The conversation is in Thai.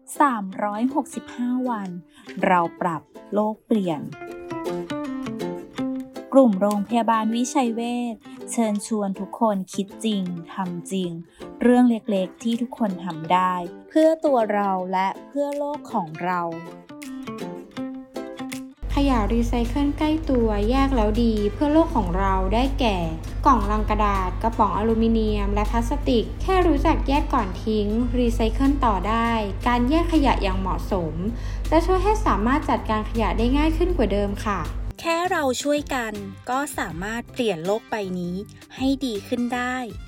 365 วันเราปรับโลกเปลี่ยนกลุ่มโรงพยาบาลวิชัยเวชเชิญชวนทุกคนคิดจริงทำจริงเรื่องเล็กๆที่ทุกคนทำได้เพื่อตัวเราและเพื่อโลกของเราขยะรีไซเคิลใกล้ตัวแยกแล้วดีเพื่อโลกของเราได้แก่กล่องลังกระดาษกระป๋องอลูมิเนียมและพลาสติกแค่รู้จักแยกก่อนทิ้งรีไซเคิลต่อได้การแยกขยะอย่างเหมาะสมและช่วยให้สามารถจัดการขยะได้ง่ายขึ้นกว่าเดิมค่ะแค่เราช่วยกันก็สามารถเปลี่ยนโลกใบนี้ให้ดีขึ้นได้